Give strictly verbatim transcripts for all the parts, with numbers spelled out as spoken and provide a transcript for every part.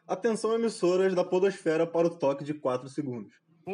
Atenção, emissoras da podosfera, para o toque de quatro segundos.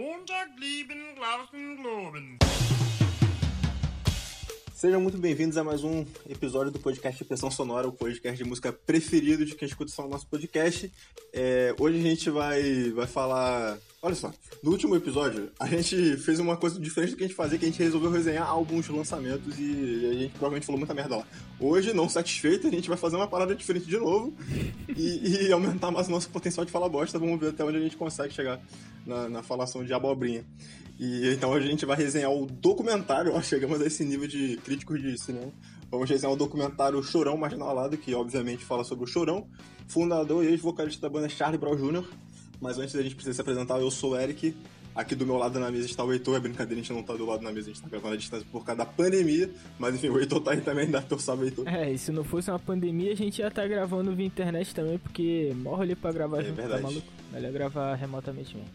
Sejam muito bem-vindos a mais um episódio do podcast Pressão Sonora, o podcast de música preferido de quem escuta só o nosso podcast. É, hoje a gente vai, vai falar... Olha só, no último episódio a gente fez uma coisa diferente do que a gente fazia, que a gente resolveu resenhar álbuns, lançamentos e a gente provavelmente falou muita merda lá. Hoje, não satisfeito, a gente vai fazer uma parada diferente de novo e, e aumentar mais o nosso potencial de falar bosta. Vamos ver até onde a gente consegue chegar na, na falação de abobrinha. E então a gente vai resenhar o documentário, ó, chegamos a esse nível de críticos de cinema. Vamos resenhar o documentário Chorão Marginal Alado, que obviamente fala sobre o Chorão, fundador e ex-vocalista da banda Charlie Brown Júnior Mas antes a gente precisa se apresentar, eu sou o Eric, aqui do meu lado na mesa está o Heitor, é brincadeira, a gente não tá do lado na mesa, a gente tá gravando à distância por causa da pandemia, mas enfim, o Heitor tá aí também, dá teu salve, Heitor. É, e se não fosse uma pandemia, a gente ia estar tá gravando via internet também, porque morre ali pra gravar é junto, verdade. Tá maluco? Melhor gravar remotamente mesmo.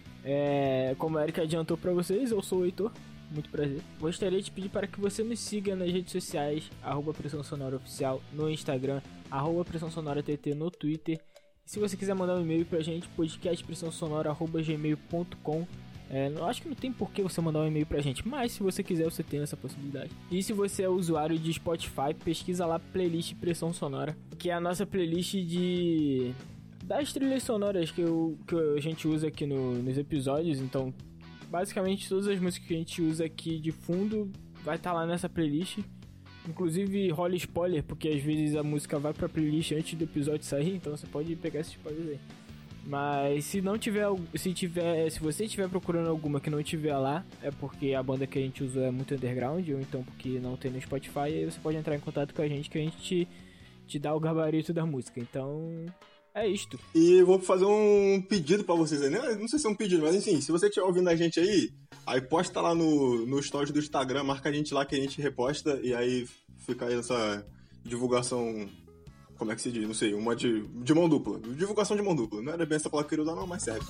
É, como o Eric adiantou pra vocês, eu sou o Heitor, muito prazer. Gostaria de pedir para que você nos siga nas redes sociais, arroba Pressão Sonora Oficial, no Instagram, arroba Pressão Sonora T T no Twitter. E se você quiser mandar um e-mail pra gente, podcastpressãosonora arroba gmail ponto com. É, eu acho que não tem por que você mandar um e-mail pra gente, mas se você quiser, você tem essa possibilidade. E se você é usuário de Spotify, pesquisa lá playlist Pressão Sonora, que é a nossa playlist de... das trilhas sonoras que, eu, que a gente usa aqui no, nos episódios. Então, basicamente, todas as músicas que a gente usa aqui de fundo vai estar tá lá nessa playlist. Inclusive, rola spoiler, porque às vezes a música vai pra playlist antes do episódio sair, então você pode pegar esses spoilers aí. Mas se não tiver, se tiver, se você estiver procurando alguma que não tiver lá, é porque a banda que a gente usa é muito underground, ou então porque não tem no Spotify, aí você pode entrar em contato com a gente que a gente te, te dá o gabarito da música. Então, é isto. E vou fazer um pedido pra vocês aí, né? Não sei se é um pedido, mas enfim, se você estiver ouvindo a gente aí, aí posta lá no, no stories do Instagram, marca a gente lá que a gente reposta, e aí fica aí essa divulgação, como é que se diz? Não sei, uma de, de mão dupla. Divulgação de mão dupla. Não era bem essa palavra que eu queria usar, não, mas serve.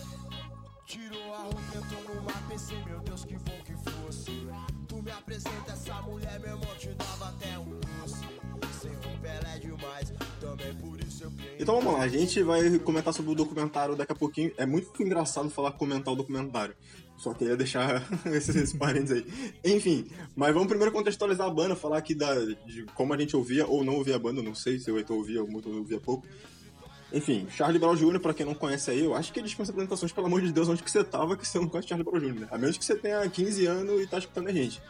Tirou a roupa, entrou no mar, pensei, meu Deus, que bom que fosse. Tu me apresenta essa mulher, meu irmão, te dava até um doce. Sem roupa ela é demais, também por isso eu creio. Então vamos lá, a gente vai comentar sobre o documentário daqui a pouquinho. É muito engraçado falar comentar o documentário. Só queria deixar esses, esses parênteses aí. Enfim, mas vamos primeiro contextualizar a banda, falar aqui da, de como a gente ouvia ou não ouvia a banda, não sei se o Heitor ouvia ou muito ouvia pouco. Enfim, Charlie Brown Júnior, pra quem não conhece aí, eu acho que eles dispensa apresentações, pelo amor de Deus, onde que você tava que você não conhece Charlie Brown Júnior, né? A menos que você tenha quinze anos e tá escutando a gente.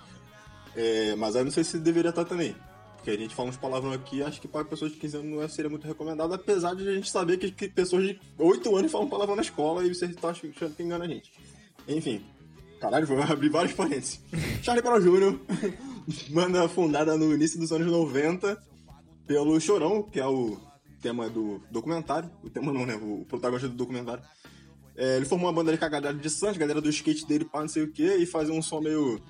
É, mas aí não sei se deveria estar também. Porque a gente fala uns palavrão aqui, acho que para pessoas de quinze anos não seria muito recomendado, apesar de a gente saber que, que pessoas de oito anos falam palavrão na escola e você tá achando que engana a gente. Enfim, caralho, vou abrir vários parênteses. Charlie Brown Júnior, banda fundada no início dos anos noventa pelo Chorão, que é o tema do documentário. O tema não, né? O protagonista do documentário. É, ele formou uma banda ali com a galera de Santos, galera do skate dele, pá, não sei o que, e fazia um som meio...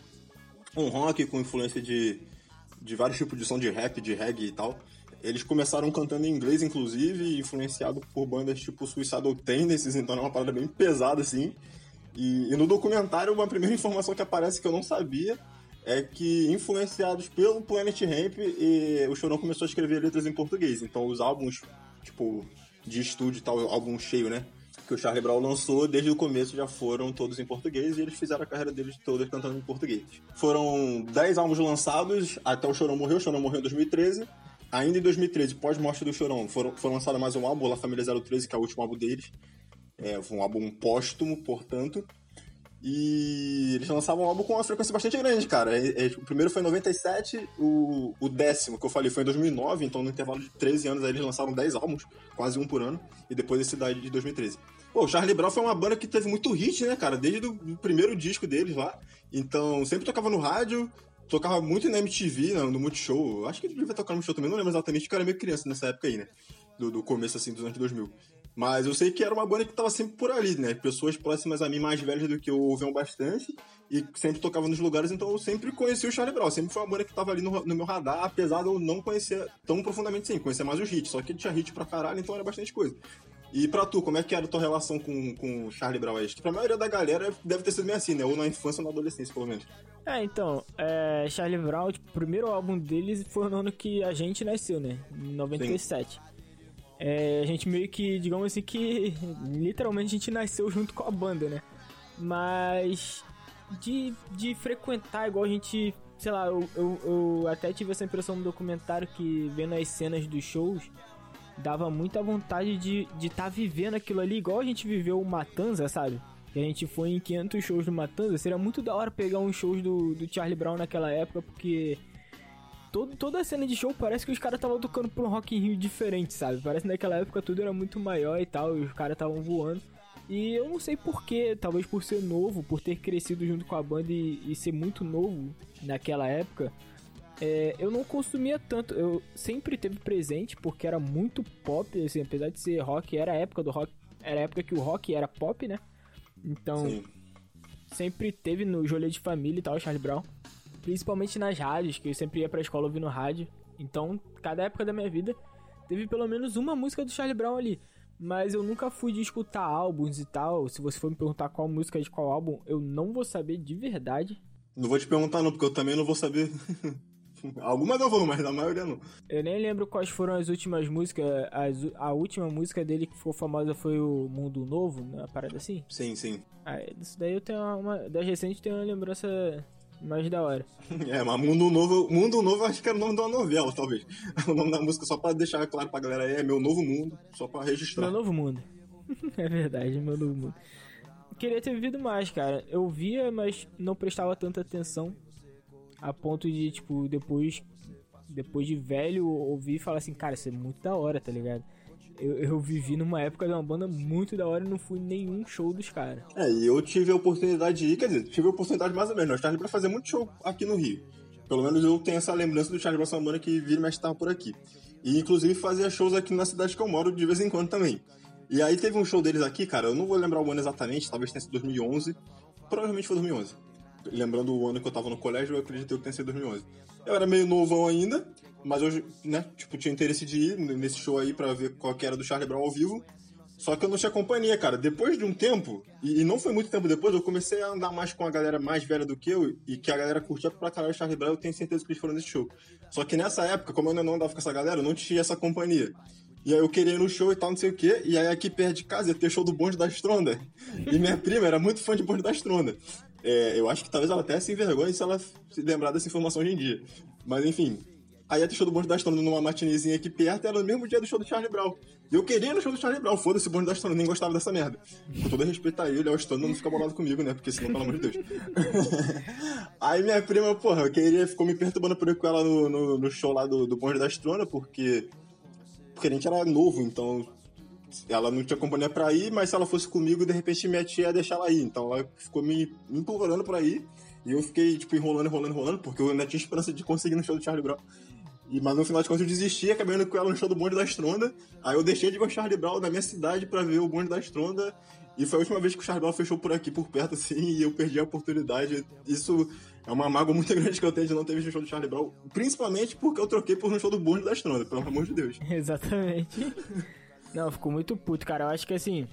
um rock com influência de... de vários tipos de som de rap, de reggae e tal. Eles começaram cantando em inglês, inclusive, influenciado por bandas tipo Suicidal Tendencies, então é uma parada bem pesada, assim. E, e no documentário, uma primeira informação que aparece que eu não sabia é que, influenciados pelo Planet Hemp, e o Chorão começou a escrever letras em português. Então os álbuns, tipo, de estúdio e tal, álbum cheio, né? Que o Charlie Brown lançou, desde o começo já foram todos em português e eles fizeram a carreira deles todas cantando em português. Foram dez álbuns lançados até o Chorão morreu, o Chorão morreu em dois mil e treze. Ainda em dois mil e treze, pós-morte do Chorão, foram, foram lançados mais um álbum, La Família zero treze, que é o último álbum deles. É, foi um álbum póstumo, portanto. E eles lançavam um álbum com uma frequência bastante grande, cara. É, é, o primeiro foi em noventa e sete, o, o décimo que eu falei foi em dois mil e nove, então no intervalo de treze anos aí eles lançaram dez álbuns, quase um por ano, e depois esse daí de dois mil e treze. Pô, o Charlie Brown foi uma banda que teve muito hit, né, cara, desde o primeiro disco deles lá, então sempre tocava no rádio, tocava muito na M T V, no, no Multishow, acho que ele devia tocar no Multishow também, não lembro exatamente, porque eu era meio criança nessa época aí, né, do, do começo, assim, dos anos dois mil. Mas eu sei que era uma banda que tava sempre por ali, né? Pessoas próximas a mim, mais velhas do que eu, ouviam bastante e sempre tocavam nos lugares, então eu sempre conheci o Charlie Brown. Sempre foi uma banda que tava ali no, no meu radar, apesar de eu não conhecer tão profundamente assim, conhecer mais os hits. Só que ele tinha hit pra caralho, então era bastante coisa. E pra tu, como é que era a tua relação com, com o Charlie Brown? Acho que pra maioria da galera deve ter sido meio assim, né? Ou na infância ou na adolescência, pelo menos. É, então, é, Charlie Brown, tipo, o primeiro álbum deles foi no ano que a gente nasceu, né? Em noventa e sete. Sim. É, a gente meio que, digamos assim, que literalmente a gente nasceu junto com a banda, né? Mas de, de frequentar igual a gente, sei lá, eu, eu, eu até tive essa impressão no documentário que vendo as cenas dos shows, dava muita vontade de estar de tá vivendo aquilo ali, igual a gente viveu o Matanza, sabe? Que a gente foi em quinhentos shows do Matanza. Seria muito da hora pegar uns shows do, do Charlie Brown naquela época, porque todo, toda a cena de show parece que os caras estavam tocando pra um Rock in Rio diferente, sabe? Parece que naquela época tudo era muito maior e tal, e os caras estavam voando. E eu não sei porquê, talvez por ser novo, por ter crescido junto com a banda e, e ser muito novo naquela época, é, eu não consumia tanto. Eu sempre teve presente porque era muito pop, assim, apesar de ser rock, era a época do rock, era a época que o rock era pop, né? Então, sim, sempre teve no Jolê de Família e tal, Charlie Brown. Principalmente nas rádios, que eu sempre ia pra escola ouvindo rádio. Então, cada época da minha vida, teve pelo menos uma música do Charlie Brown ali. Mas eu nunca fui de escutar álbuns e tal. Se você for me perguntar qual música de qual álbum, eu não vou saber de verdade. Não vou te perguntar não, porque eu também não vou saber. Algumas eu vou, mas a maioria não. Eu nem lembro quais foram as últimas músicas. As, a última música dele que ficou famosa foi o Mundo Novo, uma parada assim? Sim, sim. Ah, isso daí eu tenho uma... uma das recentes tenho uma lembrança mais da hora. É, mas Mundo Novo, Mundo Novo acho que era o nome de uma novela, talvez. O nome da música, só pra deixar claro pra galera aí, é Meu Novo Mundo, só pra registrar. Meu Novo Mundo. É verdade, Meu Novo Mundo. Queria ter vivido mais, cara. Eu via, mas não prestava tanta atenção. A ponto de, tipo, depois depois de velho, ouvir e falar assim, cara, isso é muito da hora, tá ligado? Eu, eu vivi numa época de uma banda muito da hora e não fui em nenhum show dos caras. É, e eu tive a oportunidade de ir, quer dizer, tive a oportunidade mais ou menos, nós estávamos pra fazer muito show aqui no Rio. Pelo menos eu tenho essa lembrança do Charlie Brown ser uma banda que vira e mexe estava por aqui. E inclusive fazia shows aqui na cidade que eu moro de vez em quando também. E aí teve um show deles aqui, cara, eu não vou lembrar o ano exatamente, talvez tenha sido dois mil e onze, provavelmente foi dois mil e onze. Lembrando o ano que eu tava no colégio, eu acredito que tenha sido dois mil e onze. Eu era meio novão ainda, mas eu, né, tipo, tinha interesse de ir nesse show aí pra ver qual que era do Charlie Brown ao vivo. Só que eu não tinha companhia, cara. Depois de um tempo, e, e não foi muito tempo depois, eu comecei a andar mais com a galera mais velha do que eu, e que a galera curtia pra caralho o Charlie Brown, eu tenho certeza que eles foram nesse show. Só que nessa época, como eu ainda não andava com essa galera, eu não tinha essa companhia. E aí eu queria ir no show e tal, não sei o quê, e aí aqui perto de casa ia ter show do Bonde da Stronda. E minha prima era muito fã de Bonde da Stronda. É, eu acho que talvez ela até se envergonhe se ela se lembrar dessa informação hoje em dia. Mas enfim, aí ia ter show do Bonde da Stronda numa matinezinha aqui perto, era no mesmo dia do show do Charlie Brown. E eu queria ir no show do Charlie Brown, foda-se o Bonde da Stronda, nem gostava dessa merda. Com todo respeito a ele, o Stronda não fica bolado comigo, né? Porque senão, pelo amor de Deus. Aí minha prima, porra, eu queria, ficou me perturbando por ir com ela no, no, no show lá do, do Bonde da Stronda, porque... Porque a gente era novo, então ela não tinha companhia pra ir, mas se ela fosse comigo, de repente minha tia ia deixar ela ir. Então ela ficou me implorando pra ir, e eu fiquei, tipo, enrolando, enrolando, enrolando, porque eu ainda tinha esperança de conseguir no show do Charlie Brown. E, mas no final de contas eu desisti, acabei indo com ela no show do Bonde da Stronda. Aí eu deixei de ver o Charlie Brown na minha cidade pra ver o Bonde da Stronda. E foi a última vez que o Charlie Brown fechou por aqui, por perto, assim, e eu perdi a oportunidade. Isso é uma mágoa muito grande que eu tenho de não ter visto o show do Charlie Brown. Principalmente porque eu troquei por um show do Bonde da Stronda, pelo amor de Deus. Exatamente. Não, ficou muito puto, cara. Eu acho que, assim,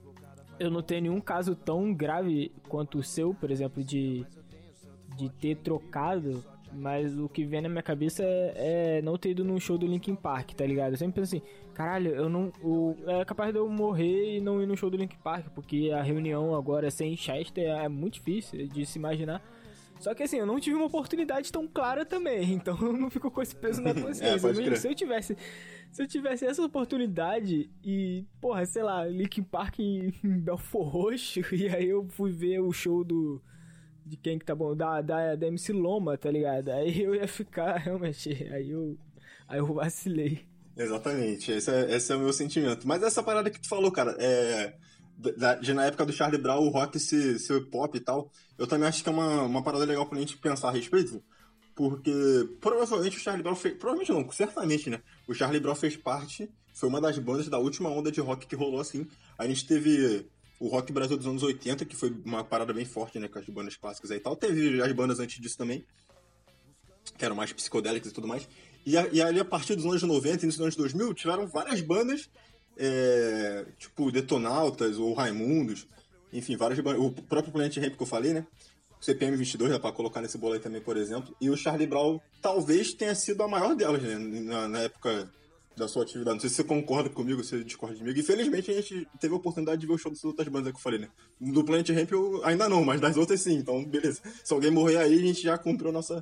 eu não tenho nenhum caso tão grave quanto o seu, por exemplo, de, de ter trocado... Mas o que vem na minha cabeça é, é não ter ido num show do Linkin Park, tá ligado? Eu sempre penso assim, caralho, eu não... O, é capaz de eu morrer e não ir no show do Linkin Park, porque a reunião agora sem Chester é muito difícil de se imaginar. Só que assim, eu não tive uma oportunidade tão clara também, então eu não fico com esse peso na consciência. é, Mesmo, se eu tivesse... Se eu tivesse essa oportunidade e, porra, sei lá, Linkin Park em Belfort Roxo, e aí eu fui ver o show do... De quem que tá bom? Da, da, da M C Loma, tá ligado? Aí eu ia ficar, realmente, aí eu, aí eu vacilei. Exatamente, esse é, esse é o meu sentimento. Mas essa parada que tu falou, cara, é... Da, de, na época do Charlie Brown, o rock ser, ser pop e tal, eu também acho que é uma, uma parada legal pra gente pensar a respeito, porque provavelmente o Charlie Brown fez... Provavelmente não, certamente, né? O Charlie Brown fez parte, foi uma das bandas da última onda de rock que rolou, assim. A gente teve... O Rock Brasil dos anos oitenta, que foi uma parada bem forte, né, com as bandas clássicas aí e tal. Teve as bandas antes disso também, que eram mais psicodélicas e tudo mais. E, a, e ali, a partir dos anos noventa e início dos anos dois mil, tiveram várias bandas, é, tipo Detonautas ou Raimundos, enfim, várias bandas. O próprio Planet Ramp que eu falei, né? O C P M vinte e dois, dá pra colocar nesse bolo aí também, por exemplo. E o Charlie Brown talvez tenha sido a maior delas, né, na, na época da sua atividade. Não sei se você concorda comigo, se você discorda comigo. Infelizmente, a gente teve a oportunidade de ver o show das outras bandas que eu falei, né? Do Planet Hemp eu ainda não, mas das outras sim. Então, beleza. Se alguém morrer aí, a gente já cumpriu nossa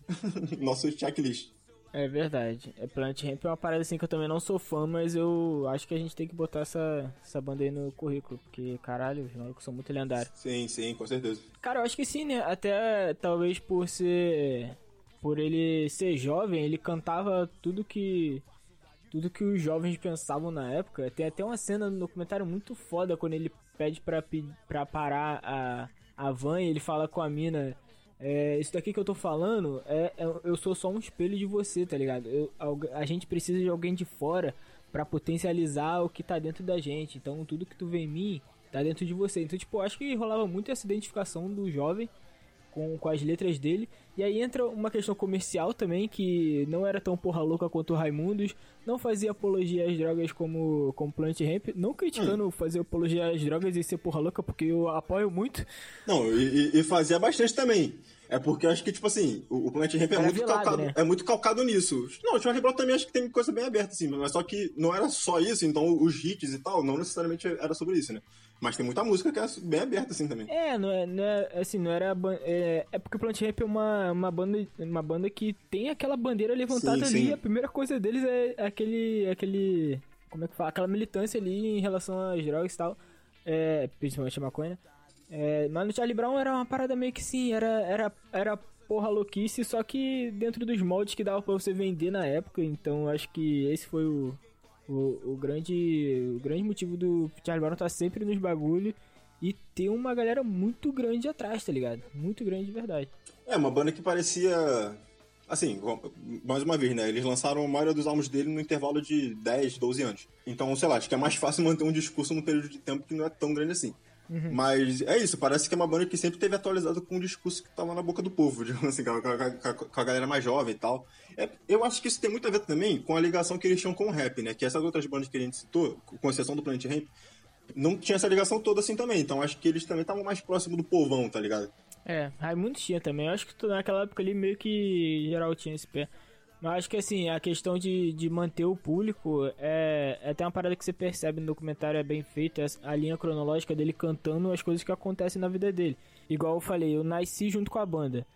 nosso checklist. É verdade. É, Planet Hemp é uma parada assim que eu também não sou fã, mas eu acho que a gente tem que botar essa, essa banda aí no currículo, porque, caralho, os malucos são muito lendários. Sim, sim, com certeza. Cara, eu acho que sim, né? Até talvez por ser... Por ele ser jovem, ele cantava tudo que... Tudo que os jovens pensavam na época. Tem até uma cena no documentário muito foda, quando ele pede pra, pra parar a, a van e ele fala com a mina... É, isso daqui que eu tô falando, é, é, eu sou só um espelho de você, tá ligado? Eu, a, a gente precisa de alguém de fora pra potencializar o que tá dentro da gente. Então tudo que tu vê em mim tá dentro de você. Então, tipo, eu acho que rolava muito essa identificação do jovem com, com as letras dele. E aí entra uma questão comercial também, que não era tão porra louca quanto o Raimundos. Não fazia apologia às drogas como, como Planet Hemp. Não criticando hum. fazer apologia às drogas e ser porra louca, porque eu apoio muito. Não, e, e fazia bastante também. É porque eu acho que, tipo assim, o, o Planet Hemp é muito, velado, calcado, né? é muito calcado nisso. Não, o Charlie Brown também acho que tem coisa bem aberta, assim, mas só que não era só isso, então os hits e tal, não necessariamente era sobre isso, né? Mas tem muita música que é bem aberta, assim, também. É, não é, não é assim, não era... É, é porque o Planet Hemp é uma, uma, banda, uma banda que tem aquela bandeira levantada sim, ali, sim. A primeira coisa deles é aquele, aquele... Como é que fala? Aquela militância ali em relação às drogas e tal, é, principalmente a maconha, né? É, mas no Charlie Brown era uma parada meio que sim, era, era, era porra louquice, só que dentro dos moldes que dava pra você vender na época. Então acho que esse foi o, o, o, grande, o grande motivo do Charlie Brown estar sempre nos bagulho e ter uma galera muito grande atrás, tá ligado? Muito grande de verdade. É, uma banda que parecia... Assim, mais uma vez, né? Eles lançaram a maioria dos álbuns dele no intervalo de dez, doze anos. Então, sei lá, acho que é mais fácil manter um discurso num período de tempo que não é tão grande assim. Uhum. Mas é isso, parece que é uma banda que sempre teve atualizado com um discurso que tava na boca do povo, digamos assim, com a, com a, com a galera mais jovem e tal. É, eu acho que isso tem muito a ver também com a ligação que eles tinham com o rap, né? Que essas outras bandas que a gente citou, com exceção do Planet Hemp, não tinha essa ligação toda assim também. Então acho que eles também estavam mais próximos do povão, tá ligado? É, Raimundo tinha também. Eu acho que naquela época ali meio que geral tinha esse pé. Mas acho que assim, a questão de, de manter o público é, é até uma parada que você percebe no documentário, é bem feito, é a linha cronológica dele cantando as coisas que acontecem na vida dele. Igual eu falei, eu nasci junto com a banda.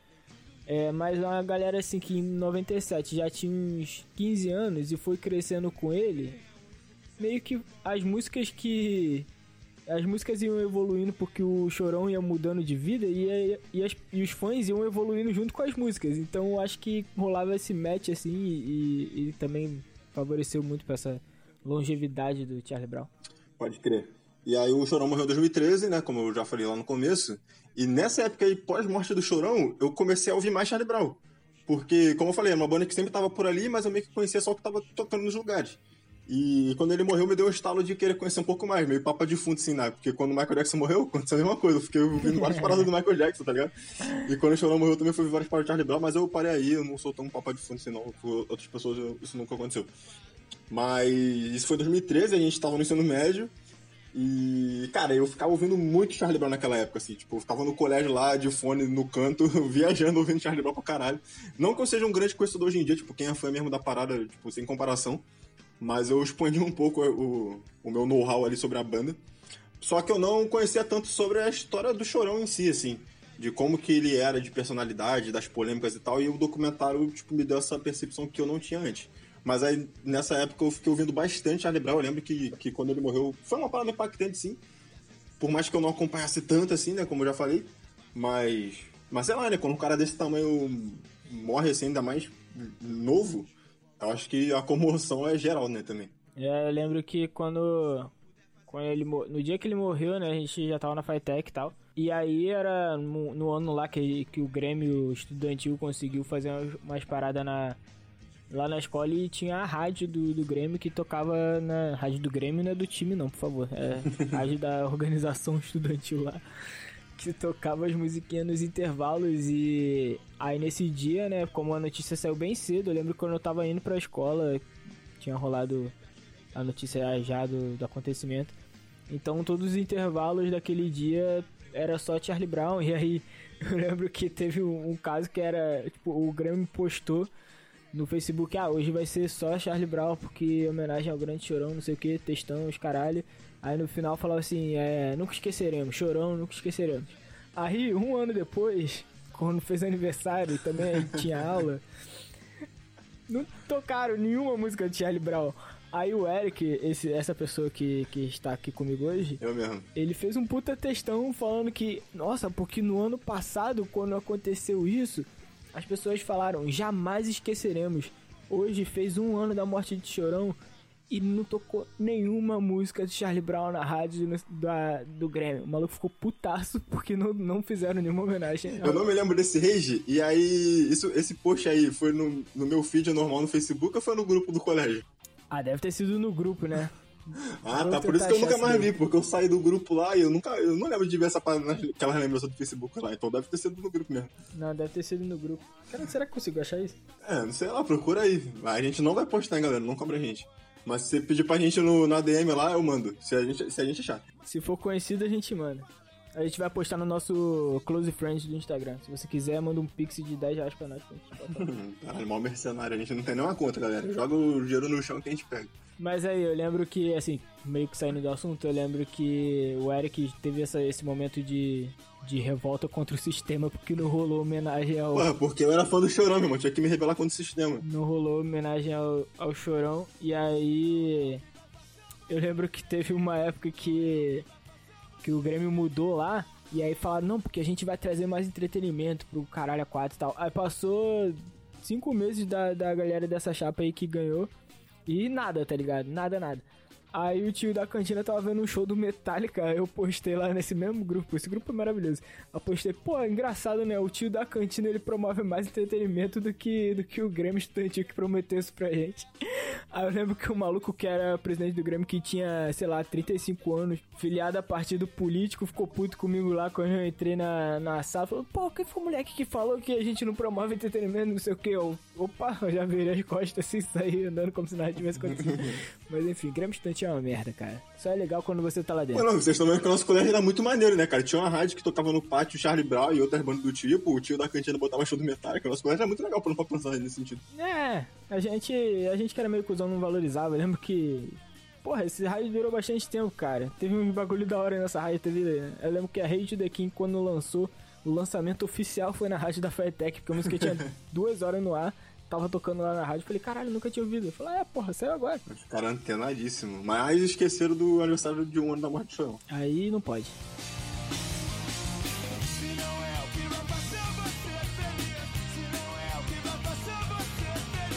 É, mas uma galera assim que em noventa e sete já tinha uns quinze anos e foi crescendo com ele, meio que as músicas que... As músicas iam evoluindo porque o Chorão ia mudando de vida e, e, as, e os fãs iam evoluindo junto com as músicas. Então eu acho que rolava esse match assim e, e também favoreceu muito pra essa longevidade do Charlie Brown. Pode crer. E aí o Chorão morreu em dois mil e treze, né? Como eu já falei lá no começo. E nessa época aí, pós-morte do Chorão, eu comecei a ouvir mais Charlie Brown. Porque, como eu falei, era uma banda que sempre tava por ali, mas eu meio que conhecia só o que tava tocando nos lugares. E quando ele morreu, me deu um estalo de querer conhecer um pouco mais, meio papo de fundo, assim, né? Porque quando o Michael Jackson morreu, aconteceu a mesma coisa. Eu fiquei ouvindo várias paradas do Michael Jackson, tá ligado? E quando o Chorão morreu, eu também fui ouvir várias paradas de Charlie Brown, mas eu parei aí, eu não sou tão papo de fundo assim, não. Com outras pessoas, isso nunca aconteceu. Mas isso foi em dois mil e treze, a gente tava no ensino médio. E, cara, eu ficava ouvindo muito Charlie Brown naquela época, assim. Tipo, eu ficava no colégio lá, de fone, no canto, viajando, ouvindo Charlie Brown pra caralho. Não que eu seja um grande conhecedor hoje em dia, tipo, quem é fã mesmo da parada, tipo, sem comparação. Mas eu expandi um pouco o, o meu know-how ali sobre a banda. Só que eu não conhecia tanto sobre a história do Chorão em si, assim. De como que ele era de personalidade, das polêmicas e tal. E o documentário, tipo, me deu essa percepção que eu não tinha antes. Mas aí, nessa época, eu fiquei ouvindo bastante Charlie Brown. Eu lembro que, que quando ele morreu, foi uma parada impactante, sim. Por mais que eu não acompanhasse tanto, assim, né, como eu já falei. Mas, mas sei lá, né, quando um cara desse tamanho morre, assim, ainda mais novo, eu acho que a comoção é geral, né, também. É, eu lembro que quando, quando ele, no dia que ele morreu, né, a gente já tava na Fitec e tal. E aí era no, no ano lá que, que o Grêmio Estudantil conseguiu fazer umas, umas paradas na... lá na escola e tinha a rádio do, do Grêmio que tocava na... Rádio do Grêmio não é do time não, por favor. É rádio da organização estudantil lá. Que tocava as musiquinhas nos intervalos. E aí nesse dia, né, como a notícia saiu bem cedo, eu lembro que quando eu tava indo pra escola, tinha rolado a notícia já do, do acontecimento. Então todos os intervalos daquele dia era só Charlie Brown. E aí eu lembro que teve um, um caso que era, tipo, o Grêmio postou no Facebook, ah, hoje vai ser só Charlie Brown, porque em homenagem ao grande Chorão, não sei o que, textão, os caralho. Aí no final falava assim, é, nunca esqueceremos, Chorão, nunca esqueceremos. Aí, um ano depois, quando fez aniversário e também tinha aula, não tocaram nenhuma música de Charlie Brown. Aí o Eric, esse, essa pessoa que, que está aqui comigo hoje, Eu mesmo. ele fez um puta textão falando que, nossa, porque no ano passado, quando aconteceu isso, as pessoas falaram, jamais esqueceremos. Hoje fez um ano da morte de Chorão e não tocou nenhuma música de Charlie Brown na rádio no, da, do Grêmio. O maluco ficou putaço porque não, não fizeram nenhuma homenagem. Eu não me lembro desse rage, e aí, isso, esse post aí foi no, no meu feed normal no Facebook ou foi no grupo do colégio? Ah, deve ter sido no grupo, né? Ah, Vou tá, por isso tentar que eu nunca achar mais esse vi, porque eu saí do grupo lá e eu nunca, eu não lembro de ver essa aquela lembrança do Facebook lá, então deve ter sido no grupo mesmo. Não, deve ter sido no grupo. Cara, será que eu consigo achar isso? É, não sei lá, procura aí. A gente não vai postar, hein, galera, não cobra a gente. Mas se você pedir pra gente no, na D M lá, eu mando, se a gente, se a gente achar. Se for conhecido, a gente manda. A gente vai postar no nosso Close Friends do Instagram. Se você quiser, manda um pix de dez reais pra nós. Pra gente botar. Caralho, mal mercenário, a gente não tem nenhuma conta, galera. Joga o dinheiro no chão que a gente pega. Mas aí, eu lembro que, assim, meio que saindo do assunto, eu lembro que o Eric teve essa, esse momento de, de revolta contra o sistema, porque não rolou homenagem ao... Porra, porque eu era fã do Chorão, meu irmão, tinha que me rebelar contra o sistema. Não rolou homenagem ao, ao Chorão, e aí... Eu lembro que teve uma época que, que o Grêmio mudou lá, e aí falaram, não, porque a gente vai trazer mais entretenimento pro caralho a quatro e tal. Aí passou cinco meses da, da galera dessa chapa aí que ganhou, e nada, tá ligado? Nada, nada. Aí o tio da cantina tava vendo um show do Metallica, eu postei lá nesse mesmo grupo, esse grupo é maravilhoso. Eu postei, pô, engraçado, né? O tio da cantina, ele promove mais entretenimento do que, do que o Grêmio estudantil que prometeu isso pra gente. Aí eu lembro que o maluco que era presidente do Grêmio, que tinha, sei lá, trinta e cinco anos, filiado a partido político, ficou puto comigo lá quando eu entrei na, na sala, falou, pô, quem foi o moleque que falou que a gente não promove entretenimento, não sei o que, eu, opa, eu já virei as costas assim, saí andando como se nada tivesse acontecido. Mas enfim, Grêmio estudantil é uma merda, cara. Só é legal quando você tá lá dentro. Mano, vocês estão vendo que o nosso colégio era muito maneiro, né, cara? Tinha uma rádio que tocava no pátio, Charlie Brown e outras bandas do tipo, o tio da cantina botava show do Metallica, o nosso colégio era muito legal pra não pensar nesse sentido. É, a gente, a gente que era meio cuzão não valorizava. Eu lembro que, porra, esse rádio durou bastante tempo, cara. Teve um bagulho da hora nessa rádio. Teve, eu lembro que a Rede The King, quando lançou, o lançamento oficial foi na rádio da Firetech, porque a música tinha duas horas no ar. Tava tocando lá na rádio, falei, caralho, nunca tinha ouvido. Eu falei, é, porra, saiu agora. Os caras antenadíssimos. Mas esqueceram do aniversário de um ano da morte do Chorão. Aí não pode. Se não é o que vai fazer você feliz, se não é o que vai fazer você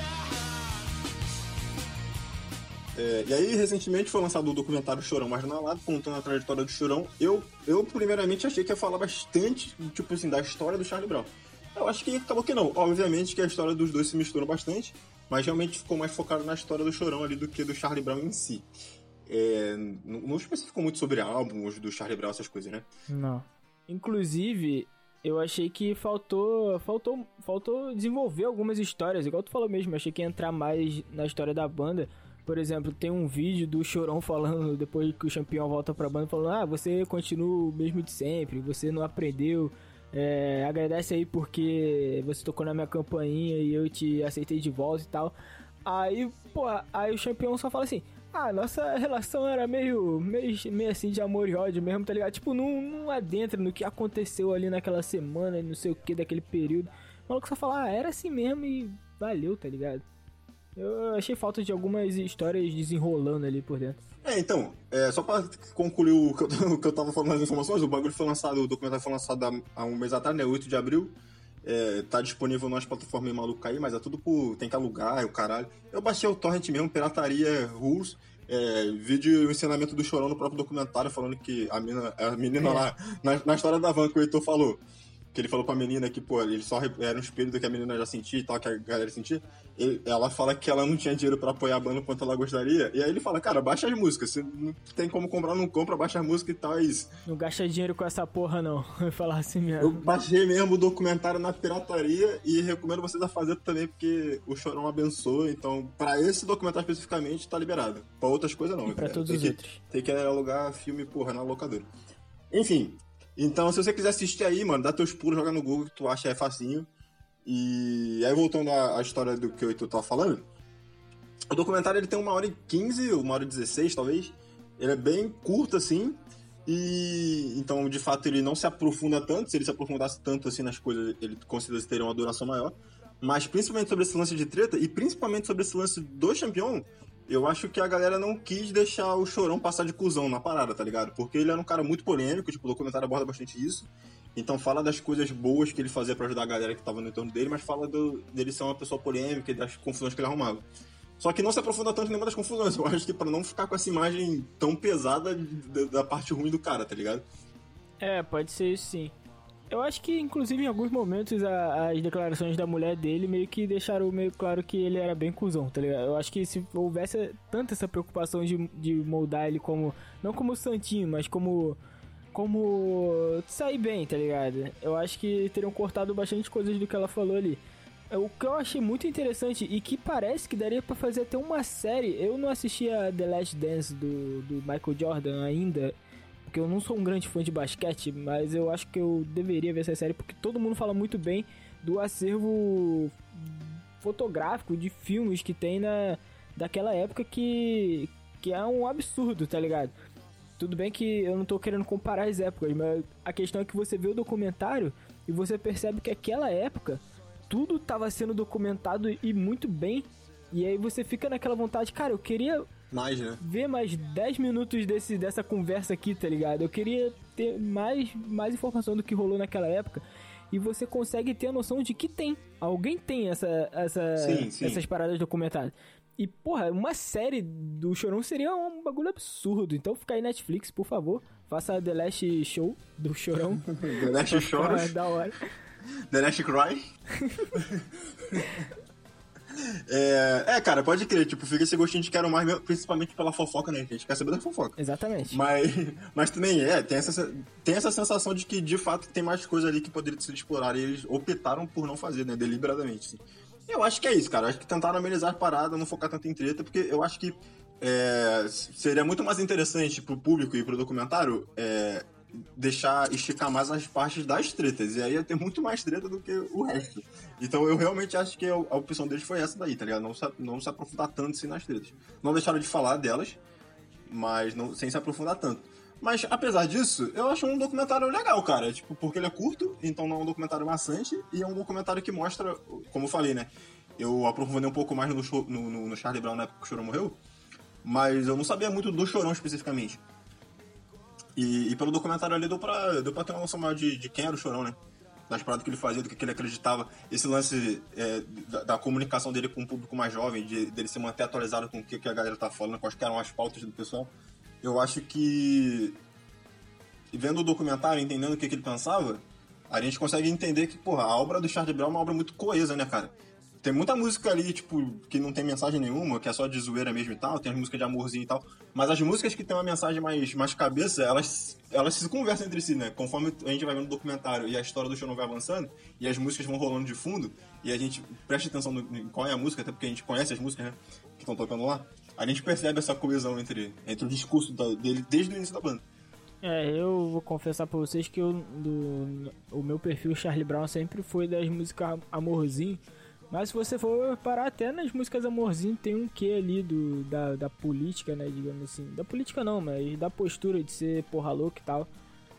feliz. É, e aí, recentemente, foi lançado o documentário Chorão Mais na Lata, contando a trajetória do Chorão. Eu, eu, primeiramente, achei que ia falar bastante, tipo assim, da história do Charlie Brown. Eu acho que acabou que não. Obviamente que a história dos dois se mistura bastante, mas realmente ficou mais focado na história do Chorão ali do que do Charlie Brown em si. É, não, não especificou muito sobre álbuns do Charlie Brown, essas coisas, né? Não. Inclusive, eu achei que faltou, faltou, faltou desenvolver algumas histórias, igual tu falou mesmo. Eu achei que ia entrar mais na história da banda. Por exemplo, tem um vídeo do Chorão falando, depois que o Champion volta pra banda, falando, ah, você continua o mesmo de sempre, você não aprendeu... É, agradece aí porque você tocou na minha campainha e eu te aceitei de volta e tal. Aí, pô, aí o Champion só fala assim, ah, nossa relação era meio, meio, meio assim de amor e ódio mesmo, tá ligado? Tipo, não, não adentra no que aconteceu ali naquela semana e não sei o que daquele período. O maluco só fala, ah, era assim mesmo e valeu, tá ligado? Eu achei falta de algumas histórias desenrolando ali por dentro. É, então, é, só pra concluir o que, eu, o que eu tava falando nas informações, o bagulho foi lançado, o documentário foi lançado há, há um mês atrás, né, oito de abril. É, tá disponível nas plataformas malucas aí, mas é tudo por... tem que alugar, é o caralho. Eu baixei o torrent mesmo, pirataria rules. É, vídeo o ensinamento do Chorão no próprio documentário, falando que a, mina, a menina é. lá, na, na história da van que o Heitor falou, que ele falou pra menina que, pô, ele só era um espelho do que a menina já sentia e tal, que a galera sentia. Ele, ela fala que ela não tinha dinheiro pra apoiar a banda quanto ela gostaria. E aí ele fala, cara, baixa as músicas. Se não tem como comprar, não compra, baixa as músicas e tal, é isso. Não gasta dinheiro com essa porra, não. Eu falar assim mesmo. Eu baixei mesmo o documentário na pirataria e recomendo vocês a fazer também, porque o Chorão abençoa. Então, pra esse documentário especificamente, tá liberado. Pra outras coisas, não. E pra né? todos tem os que, outros. Tem que alugar filme, porra, na locadora. Enfim... Então, se você quiser assistir aí, mano, dá teus pulos, joga no Google, que tu acha é facinho. E aí, voltando à, à história do que o Heitor tava falando, o documentário ele tem uma hora e quinze, uma hora e dezesseis, talvez. Ele é bem curto, assim, e então, de fato, ele não se aprofunda tanto. Se ele se aprofundasse tanto, assim, nas coisas, ele com certeza teria uma duração maior. Mas, principalmente sobre esse lance de treta, e principalmente sobre esse lance do Champion, eu acho que a galera não quis deixar o Chorão passar de cuzão na parada, tá ligado? Porque ele era um cara muito polêmico, tipo, o documentário aborda bastante isso. Então fala das coisas boas que ele fazia pra ajudar a galera que tava no entorno dele, mas fala do, dele ser uma pessoa polêmica e das confusões que ele arrumava. Só que não se aprofunda tanto em nenhuma das confusões. Eu acho que pra não ficar com essa imagem tão pesada da, da parte ruim do cara, tá ligado? É, pode ser isso sim. Eu acho que, inclusive, em alguns momentos, a, as declarações da mulher dele meio que deixaram meio claro que ele era bem cuzão, tá ligado? Eu acho que se houvesse tanta essa preocupação de, de moldar ele como... Não como santinho, mas como... Como sair bem, tá ligado? Eu acho que teriam cortado bastante coisas do que ela falou ali. O que eu achei muito interessante e que parece que daria pra fazer até uma série. Eu não assisti a The Last Dance do, do Michael Jordan ainda, porque eu não sou um grande fã de basquete, mas eu acho que eu deveria ver essa série porque todo mundo fala muito bem do acervo fotográfico de filmes que tem na, daquela época que, que é um absurdo, tá ligado? Tudo bem que eu não tô querendo comparar as épocas, mas a questão é que você vê o documentário e você percebe que aquela época tudo tava sendo documentado e muito bem. E aí você fica naquela vontade, cara, eu queria mais, né? ver mais dez minutos desse, dessa conversa aqui, tá ligado? Eu queria ter mais, mais informação do que rolou naquela época. E você consegue ter a noção de que tem. Alguém tem essa, essa, sim, sim. essas paradas documentadas. E, porra, uma série do Chorão seria um bagulho absurdo. Então fica aí Netflix, por favor. Faça a The Last Show do Chorão. The Last Show? Da hora. The Last Cry? é, é, cara, pode crer. Tipo, fica esse gostinho de quero mais, mesmo, principalmente pela fofoca, né? A gente quer saber da fofoca. Exatamente. Mas, mas também, é, tem essa, tem essa sensação de que, de fato, tem mais coisa ali que poderia ser explorada. E eles optaram por não fazer, né? Deliberadamente, assim. Eu acho que é isso, cara. Eu acho que tentaram amenizar a parada, não focar tanto em treta, porque eu acho que é, seria muito mais interessante pro público e pro documentário é, deixar esticar mais as partes das tretas. E aí ia ter muito mais treta do que o resto. Então eu realmente acho que a opção deles foi essa daí, tá ligado? Não se, não se aprofundar tanto assim nas tretas. Não deixaram de falar delas, mas não, sem se aprofundar tanto. Mas, apesar disso, eu acho um documentário legal, cara. Tipo, porque ele é curto, então não é um documentário maçante, e é um documentário que mostra, como eu falei, né? Eu aprofundei um pouco mais no, no, no, no Charlie Brown na época que o Chorão morreu, mas eu não sabia muito do Chorão especificamente. E, e pelo documentário ali deu pra, deu pra ter uma noção maior de, de quem era o Chorão, né? Das paradas que ele fazia, do que, que ele acreditava. Esse lance é, da, da comunicação dele com o público mais jovem, de, dele se manter atualizado com o que, que a galera tá falando, quais que eram as pautas do pessoal. Eu acho que, vendo o documentário, entendendo o que, que ele pensava, a gente consegue entender que, porra, a obra do Charlie Brown é uma obra muito coesa, né, cara? Tem muita música ali, tipo, que não tem mensagem nenhuma, que é só de zoeira mesmo e tal, tem as músicas de amorzinho e tal, mas as músicas que tem uma mensagem mais, mais cabeça, elas, elas se conversam entre si, né? Conforme a gente vai vendo o documentário e a história do Chorão vai avançando, e as músicas vão rolando de fundo, e a gente presta atenção no, em qual é a música, até porque a gente conhece as músicas, né, que estão tocando lá. A gente percebe essa coesão entre, entre o discurso da, dele desde o início da banda. É, eu vou confessar pra vocês que eu, do, o meu perfil Charlie Brown sempre foi das músicas amorzinho. Mas se você for parar até nas músicas amorzinho, tem um quê ali do, da, da política, né, digamos assim. Da política não, mas da postura de ser porra louca e tal.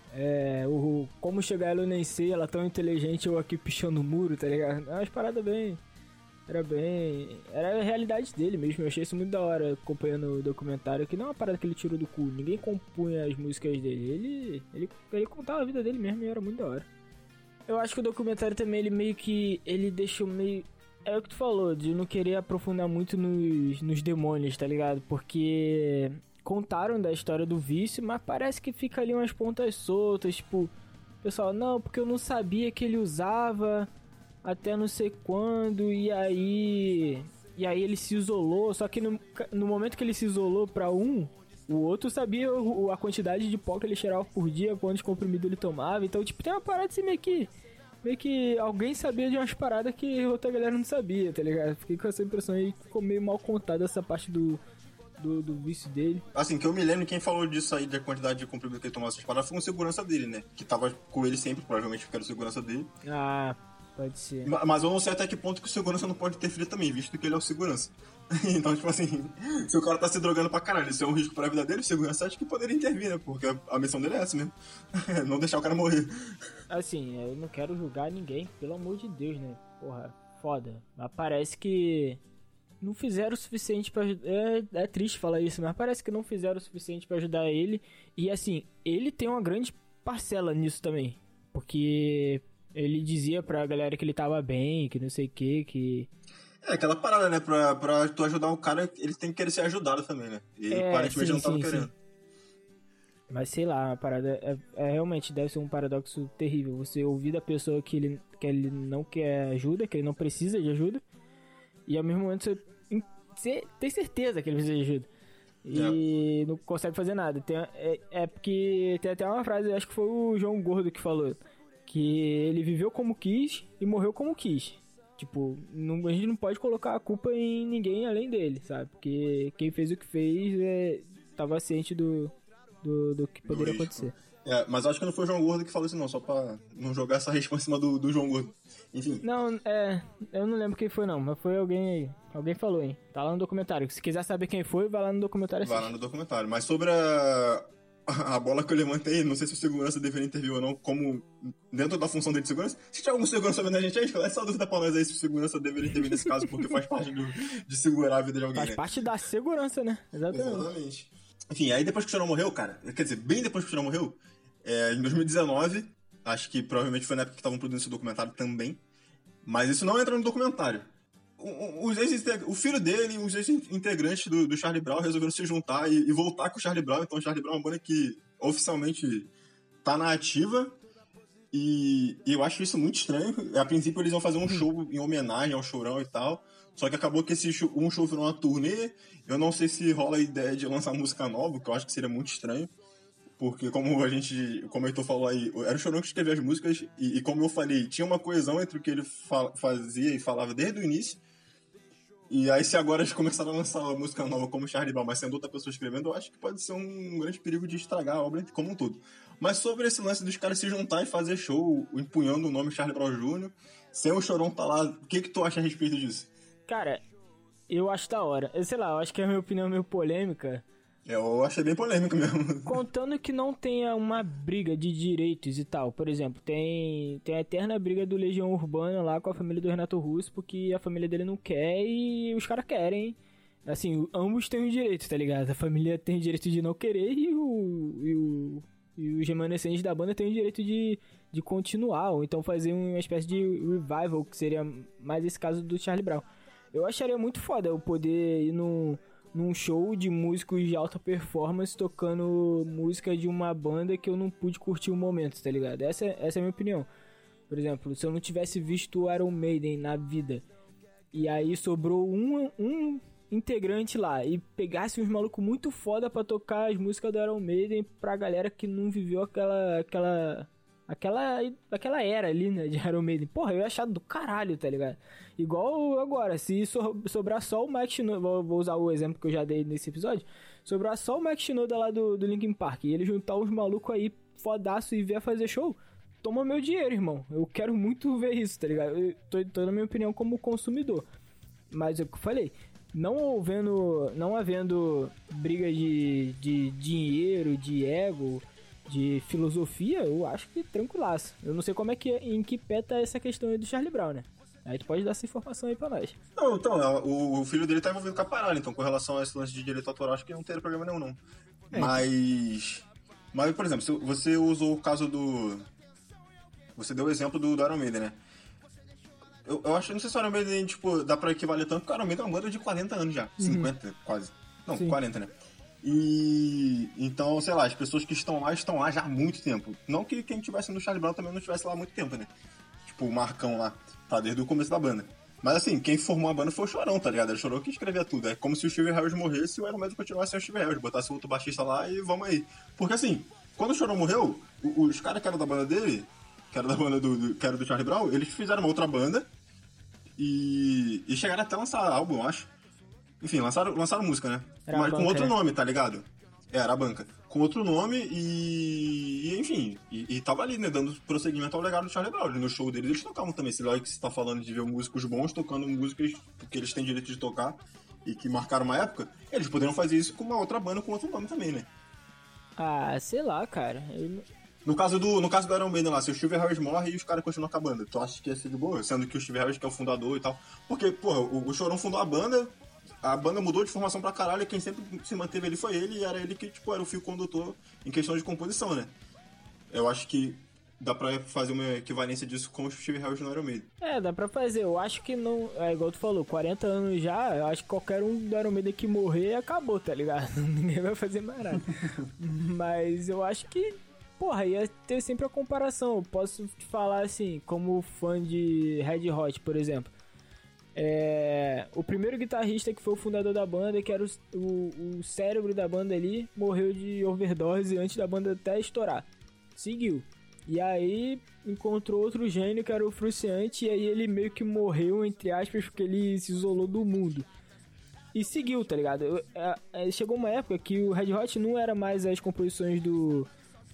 É, o como chegar ela eu nem sei, ela tão inteligente, eu aqui pichando o muro, tá ligado? É umas paradas bem... Era bem... Era a realidade dele mesmo. Eu achei isso muito da hora acompanhando o documentário. Que não é uma parada que ele tirou do cu. Ninguém compunha as músicas dele. Ele, ele, ele contava a vida dele mesmo e era muito da hora. Eu acho que o documentário também, ele meio que... Ele deixou meio... É o que tu falou, de não querer aprofundar muito nos, nos demônios, tá ligado? Porque contaram da história do vício, mas parece que fica ali umas pontas soltas. Tipo, pessoal, não, porque eu não sabia que ele usava... até não sei quando, e aí e aí ele se isolou, só que no, no momento que ele se isolou pra um, o outro sabia o, a quantidade de pó que ele cheirava por dia, quantos comprimidos ele tomava, então tipo, tem uma parada assim meio que meio que alguém sabia de umas paradas que outra galera não sabia, tá ligado? Fiquei com essa impressão aí, ficou meio mal contada essa parte do Do, do vício dele. Assim, que eu me lembro, quem falou disso aí, da quantidade de comprimido que ele tomava essas paradas, foi um segurança dele, né? Que tava com ele sempre, provavelmente porque era o segurança dele. Ah... Pode ser. Ma- Mas eu não sei até que ponto que o segurança não pode interferir também, visto que ele é o segurança. Então, tipo assim, se o cara tá se drogando pra caralho, isso é um risco pra vida dele, o segurança acho que poderia intervir, né? Porque a, a missão dele é essa mesmo. Não deixar o cara morrer. Assim, eu não quero julgar ninguém, pelo amor de Deus, né? Porra, foda. Mas parece que não fizeram o suficiente pra ajudar. É, é triste falar isso, mas parece que não fizeram o suficiente pra ajudar ele. E assim, ele tem uma grande parcela nisso também. Porque ele dizia pra galera que ele tava bem, que não sei o que, que... É aquela parada, né? Pra, pra tu ajudar o cara, ele tem que querer ser ajudado também, né? E É, aparentemente sim, não tava sim, querendo. sim. Mas sei lá, a parada é, é realmente deve ser um paradoxo terrível. Você ouvir da pessoa que ele, que ele não quer ajuda, que ele não precisa de ajuda, e ao mesmo momento você, você tem certeza que ele precisa de ajuda. E é. não consegue fazer nada. Tem, é, é porque tem até uma frase, acho que foi o João Gordo que falou, que ele viveu como quis e morreu como quis. Tipo, não, a gente não pode colocar a culpa em ninguém além dele, sabe? Porque quem fez o que fez é, tava ciente do, do, do que poderia do acontecer. É, mas acho que não foi o João Gordo que falou isso não, só pra não jogar essa resposta em cima do, do João Gordo. Enfim. Não, é, eu não lembro quem foi não, mas foi alguém aí. Alguém falou, hein? Tá lá no documentário. Se quiser saber quem foi, vai lá no documentário. Vai lá no documentário. Mas sobre a... a bola que eu levantei, não sei se o segurança deveria intervir ou não, como dentro da função dele de segurança. Se tiver algum segurança vendo a gente aí, é só dúvida pra nós aí se o segurança deveria intervir nesse caso, porque faz parte do, de segurar a vida de alguém, Faz né? parte da segurança, né? Exatamente. Exatamente. Enfim, aí depois que o Chorão morreu, cara, quer dizer, bem depois que o Chorão morreu, é, em dois mil e dezenove, acho que provavelmente foi na época que estavam produzindo esse documentário também, mas isso não entra no documentário. Os ex o filho dele e os ex-integrantes do, do Charlie Brown resolveram se juntar e, e voltar com o Charlie Brown. Então o Charlie Brown é uma banda que oficialmente tá na ativa. E, e eu acho isso muito estranho. A princípio eles iam fazer um show em homenagem ao Chorão e tal. Só que acabou que esse show, um show virou uma turnê. Eu não sei se rola a ideia de lançar música nova, que eu acho que seria muito estranho. Porque como a gente, como o Heitor falou aí, era o Chorão que escrevia as músicas. E, e como eu falei, tinha uma coesão entre o que ele fa- fazia e falava desde o início. E aí, se agora eles começaram a lançar uma música nova como Charlie Brown, mas sendo outra pessoa escrevendo, eu acho que pode ser um grande perigo de estragar a obra como um todo. Mas sobre esse lance dos caras se juntar e fazer show, empunhando o nome Charlie Brown Júnior, sem o Chorão tá lá, o que que tu acha a respeito disso? Cara, eu acho da hora. Eu sei lá, eu acho que a minha opinião é meio polêmica. Eu achei bem polêmico mesmo. Contando que não tenha uma briga de direitos e tal. Por exemplo, tem, tem a eterna briga do Legião Urbana lá com a família do Renato Russo, porque a família dele não quer e os caras querem. Assim, ambos têm o direito, tá ligado? A família tem o direito de não querer e, o, e, o, e os remanescentes da banda têm o direito de, de continuar, ou então fazer uma espécie de revival, que seria mais esse caso do Charlie Brown. Eu acharia muito foda eu poder ir no... num show de músicos de alta performance tocando música de uma banda que eu não pude curtir o momento, tá ligado? Essa, essa é a minha opinião. Por exemplo, se eu não tivesse visto o Iron Maiden na vida e aí sobrou um, um integrante lá e pegasse uns malucos muito foda pra tocar as músicas do Iron Maiden pra galera que não viveu aquela... aquela Aquela, aquela era ali, né, de Iron Maiden. Porra, eu ia achar do caralho, tá ligado? Igual agora, se so, sobrar só o Mike Shinoda, vou, vou usar o exemplo que eu já dei nesse episódio, sobrar só o Mike Shinoda lá do, do Linkin Park e ele juntar os malucos aí fodaço e vier fazer show, toma meu dinheiro, irmão. Eu quero muito ver isso, tá ligado? Eu tô, tô na minha opinião como consumidor. Mas é o que eu falei, não havendo, não havendo briga de, de dinheiro, de ego... de filosofia, eu acho que tranquilaço. Eu não sei como é que, em que pé tá essa questão aí do Charlie Brown, né? Aí tu pode dar essa informação aí pra nós. Não, então, o, o filho dele tá envolvido com a parada, então com relação a esse lance de direito autoral, acho que não teria problema nenhum, não. É. Mas... Mas, por exemplo, se você usou o caso do... Você deu o exemplo do, do Iron Maiden, né? Eu, eu acho, não sei se o Iron Maiden, tipo, dá pra equivaler tanto, porque o Iron Maiden é uma banda de quarenta anos já. Uhum. cinquenta, quase. Não, Sim. quarenta, né? E então, sei lá, as pessoas que estão lá estão lá já há muito tempo. Não que quem estivesse no Charlie Brown também não estivesse lá há muito tempo, né? Tipo, o Marcão lá, tá desde o começo da banda. Mas assim, quem formou a banda foi o Chorão, tá ligado? Ele Chorou que escrevia tudo. É como se o Steve Harris morresse e o Iron Maiden continuasse sem o Steve Harris, botasse outro baixista lá e vamos aí. Porque assim, quando o Chorão morreu, os caras que eram da banda dele, que era da banda do, do, que era do Charlie Brown, eles fizeram uma outra banda e, e chegaram até a lançar álbum, eu acho. Enfim, lançaram, lançaram música, né? Era Mas com outro nome, tá ligado? Era a banca. Com outro nome e, e enfim, e, e tava ali, né, dando prosseguimento ao legado do Charlie Brown. No show deles eles tocavam também. Se lá que você tá falando de ver músicos bons tocando músicas que eles têm direito de tocar e que marcaram uma época, eles poderiam fazer isso com uma outra banda com outro nome também, né? Ah, sei lá, cara. Eu... No caso do, no caso do Iron Maiden lá, se o Steve Harris morre e os caras continuam com a banda, tu acha que ia ser de boa? Sendo que o Steve Harris que é o fundador e tal. Porque, porra, o, o Chorão fundou a banda, a banda mudou de formação pra caralho, e quem sempre se manteve ali foi ele, e era ele que, tipo, era o fio condutor em questão de composição, né? Eu acho que dá pra fazer uma equivalência disso com o Steve Harris no Iron Maiden. É, dá pra fazer. Eu acho que não... É igual tu falou, quarenta anos já, eu acho que qualquer um do Iron Maiden que morrer, acabou, tá ligado? Ninguém vai fazer mais nada. Mas eu acho que... Porra, ia ter sempre a comparação. Eu posso te falar assim, como fã de Red Hot, por exemplo. É... O primeiro guitarrista que foi o fundador da banda, que era o, o, o cérebro da banda ali, morreu de overdose antes da banda até estourar. Seguiu. E aí encontrou outro gênio que era o Frusciante, e aí ele meio que morreu, entre aspas, porque ele se isolou do mundo. E seguiu, tá ligado? Eu, é, é, chegou uma época que o Red Hot não era mais as composições do...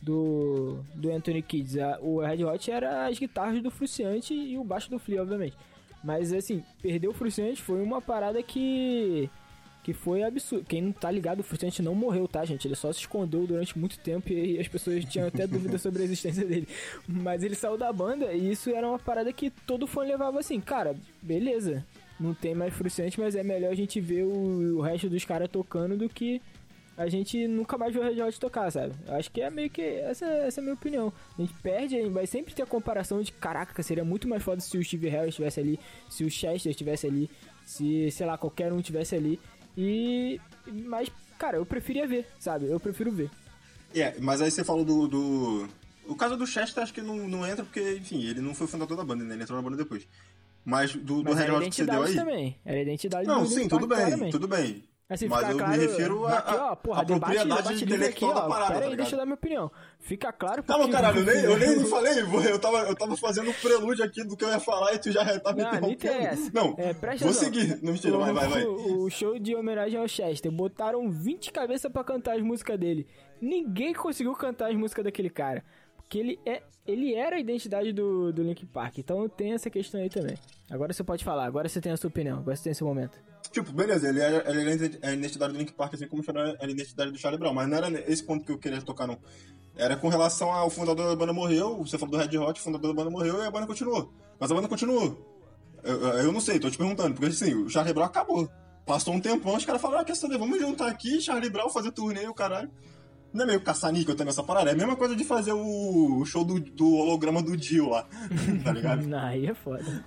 Do, do Anthony Kiedis. O Red Hot era as guitarras do Frusciante e o baixo do Flea, obviamente. Mas assim, perder o Frusciante foi uma parada que que foi absurdo. Quem não tá ligado, o Frusciante não morreu, tá, gente? Ele só se escondeu durante muito tempo e as pessoas tinham até dúvida sobre a existência dele. Mas ele saiu da banda e isso era uma parada que todo fã levava assim, cara, beleza, não tem mais Frusciante, mas é melhor a gente ver o, o resto dos caras tocando do que a gente nunca mais viu o Red Hot tocar, sabe? Eu acho que é meio que... Essa, essa é a minha opinião. A gente perde, a gente vai sempre ter a comparação de... Caraca, seria muito mais foda se o Steve Harris estivesse ali, se o Chester estivesse ali, se, sei lá, qualquer um estivesse ali. E... Mas, cara, eu preferia ver, sabe? Eu prefiro ver. É, yeah, mas aí você falou do... do... O caso do Chester acho que não, não entra porque, enfim, ele não foi fundador da banda, né? Ele entrou na banda depois. Mas do, do mas Red Hot que você deu aí... também. Era a identidade não, do sim, tudo bem, claramente. tudo bem. Assim, mas eu claro, me refiro a, aqui, ó, porra, a propriedade debate, debate intelectual aqui, ó, da parada, pera aí, tá deixa eu dar minha opinião. Fica claro porque... Calma, caralho, eu nem, eu nem falei, eu tava, eu tava fazendo um prelúdio aqui do que eu ia falar e tu já tá me não, interrompendo. Não, é, vou seguir, não mentira, o, vai, vai, vai. O, o show de homenagem ao Chester, botaram vinte cabeças pra cantar as músicas dele. Ninguém conseguiu cantar as músicas daquele cara. Porque ele, é, ele era a identidade do, do Linkin Park, então tem essa questão aí também. Agora você pode falar, agora você tem a sua opinião, agora você tem esse momento. Tipo, beleza, ele é, ele é a identidade do Linkin Park, assim como era a identidade do Charlie Brown, mas não era esse ponto que eu queria tocar, não. Era com relação ao fundador da banda morreu, você falou do Red Hot, o fundador da banda morreu e a banda continuou. Mas a banda continuou. Eu, eu não sei, tô te perguntando, porque assim, o Charlie Brown acabou. Passou um tempão, os caras falaram, ah, quer saber, vamos juntar aqui, Charlie Brown, fazer turnê, o caralho. Não é meio caça-níquel também essa parada? É a mesma coisa de fazer o show do, do holograma do Dio lá, tá ligado? Não, aí é foda.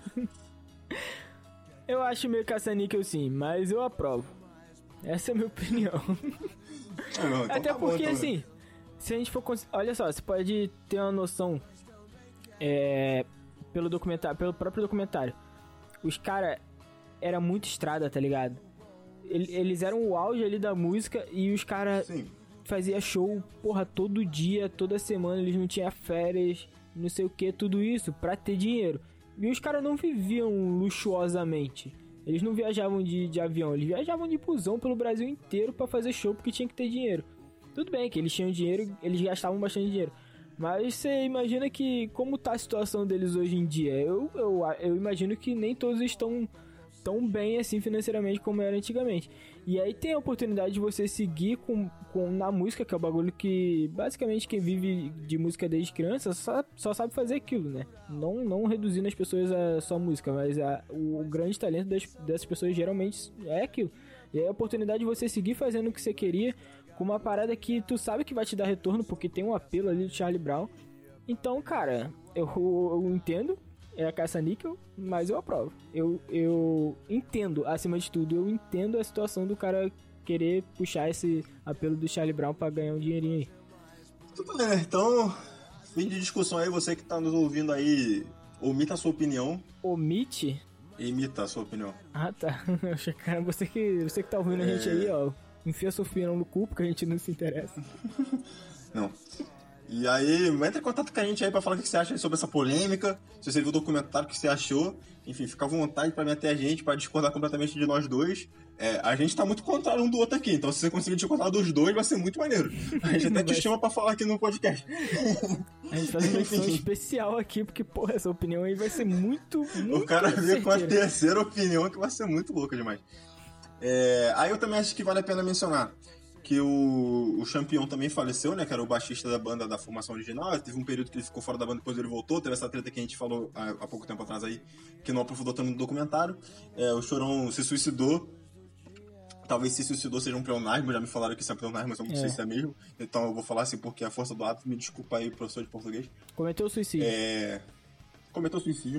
Eu acho meio caça-níquel sim, mas eu aprovo. Essa é a minha opinião. É, não, então até tá porque, bom, então, assim, né? se a gente for... Cons... Olha só, você pode ter uma noção é, pelo documentário, pelo próprio documentário. Os caras era muito estrada, tá ligado? Eles eram o auge ali da música e os caras... Fazia show, porra, todo dia, toda semana, eles não tinham férias, não sei o que, tudo isso pra ter dinheiro. E os caras não viviam luxuosamente. Eles não viajavam de, de avião, eles viajavam de busão pelo Brasil inteiro pra fazer show porque tinha que ter dinheiro. Tudo bem que eles tinham dinheiro, eles gastavam bastante dinheiro. Mas você imagina que como tá a situação deles hoje em dia? Eu, eu, eu imagino que nem todos estão tão bem assim financeiramente como era antigamente. E aí tem a oportunidade de você seguir com, com, na música, que é o bagulho que basicamente quem vive de música desde criança só, só sabe fazer aquilo, né? Não, não reduzindo as pessoas a só música, mas a, o grande talento das, dessas pessoas geralmente é aquilo. E aí a oportunidade de você seguir fazendo o que você queria com uma parada que tu sabe que vai te dar retorno, porque tem um apelo ali do Charlie Brown. Então, cara, eu, eu entendo. É a caça-níquel, mas eu aprovo. Eu, eu entendo, acima de tudo, eu entendo a situação do cara querer puxar esse apelo do Charlie Brown pra ganhar um dinheirinho aí. Tudo bem, né? Então, fim de discussão aí, você que tá nos ouvindo aí, omita a sua opinião. Omite? Emita a sua opinião. Ah, tá. Cara, você que, você que tá ouvindo é... a gente aí, ó, enfia sua opinião no cu, porque a gente não se interessa. Não. E aí, entra em contato com a gente aí pra falar o que você acha sobre essa polêmica, se você viu o documentário, o que você achou. Enfim, fica à vontade pra meter a gente, pra discordar completamente de nós dois. É, a gente tá muito contrário um do outro aqui, então se você conseguir discordar dos dois, vai ser muito maneiro. A gente até te chama pra falar aqui no podcast. A gente faz uma edição especial aqui, porque, porra, essa opinião aí vai ser muito, muito O cara vê com a certeira. terceira opinião que vai ser muito louca demais. É, aí eu também acho que vale a pena mencionar que o, o Champion também faleceu, né? Que era o baixista da banda da formação original. Teve um período que ele ficou fora da banda, depois ele voltou. Teve essa treta que a gente falou há, há pouco tempo atrás aí, que não aprofundou tanto no documentário. É, o Chorão se suicidou. Talvez se suicidou seja um pleonasmo, já me falaram que isso é pleonasmo, mas eu não É. sei se é mesmo. Então eu vou falar assim porque é a força do ato. Me desculpa aí, professor de português. Cometeu suicídio. É... Cometeu suicídio.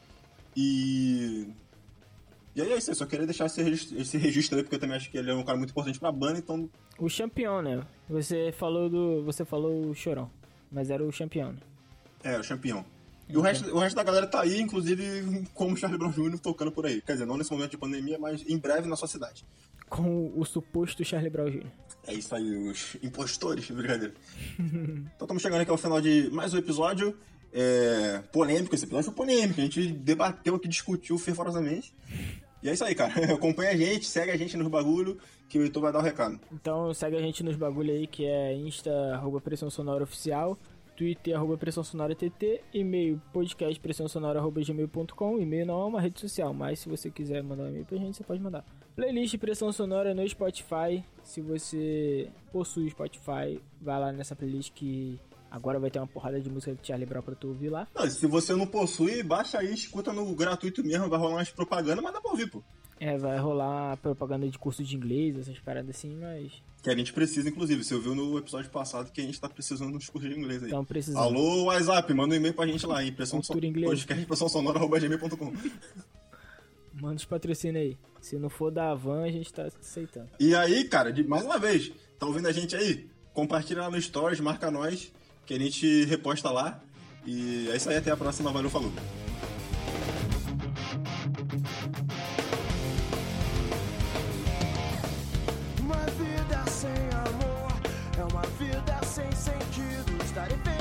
E... E aí é isso, eu só queria deixar esse registro, esse registro aí, porque eu também acho que ele é um cara muito importante pra banda, então... O Champion, né? Você falou do... Você falou o Chorão, mas era o Champion, né? É, o Champion. E o resto, o resto da galera tá aí, inclusive, como o Charlie Brown Júnior tocando por aí. Quer dizer, não nesse momento de pandemia, mas em breve na sua cidade. Com o suposto Charlie Brown Júnior É isso aí, os impostores, brincadeira. Então estamos chegando aqui ao final de mais um episódio. É... Polêmico, esse episódio foi polêmico. A gente debateu aqui, discutiu fervorosamente. E é isso aí, cara. Acompanha a gente, segue a gente nos bagulho, que o Heitor vai dar o recado. Então segue a gente nos bagulho aí, que é Insta, arroba Pressão Sonora Oficial, Twitter, arroba Pressão Sonora T T, e-mail, podcast, pressão sonora, arroba gmail ponto com. E-mail não é uma rede social, mas se você quiser mandar um e-mail pra gente, você pode mandar. Playlist Pressão Sonora no Spotify. Se você possui Spotify, vai lá nessa playlist que agora vai ter uma porrada de música de Charlie Brown pra tu ouvir lá. Não, se você não possui, baixa aí, escuta no gratuito mesmo, vai rolar umas propagandas, mas dá pra ouvir, pô. É, vai rolar propaganda de curso de inglês, essas paradas assim, mas... Que a gente precisa, inclusive. Você ouviu no episódio passado que a gente tá precisando dos cursos de inglês aí. Então precisamos. Alô, WhatsApp, manda um e-mail pra gente lá, impressão Cultura inglesa. podcast, pressão sonora, arroba gmail ponto com. Manda os patrocínios aí. Se não for da Havan, a gente tá aceitando. E aí, cara, de, mais uma vez, tá ouvindo a gente aí? Compartilha lá no Stories, marca nós, que a gente reposta lá. E é isso aí, até a próxima. Valeu, falou. Uma vida sem amor é uma vida sem sentido. Estarei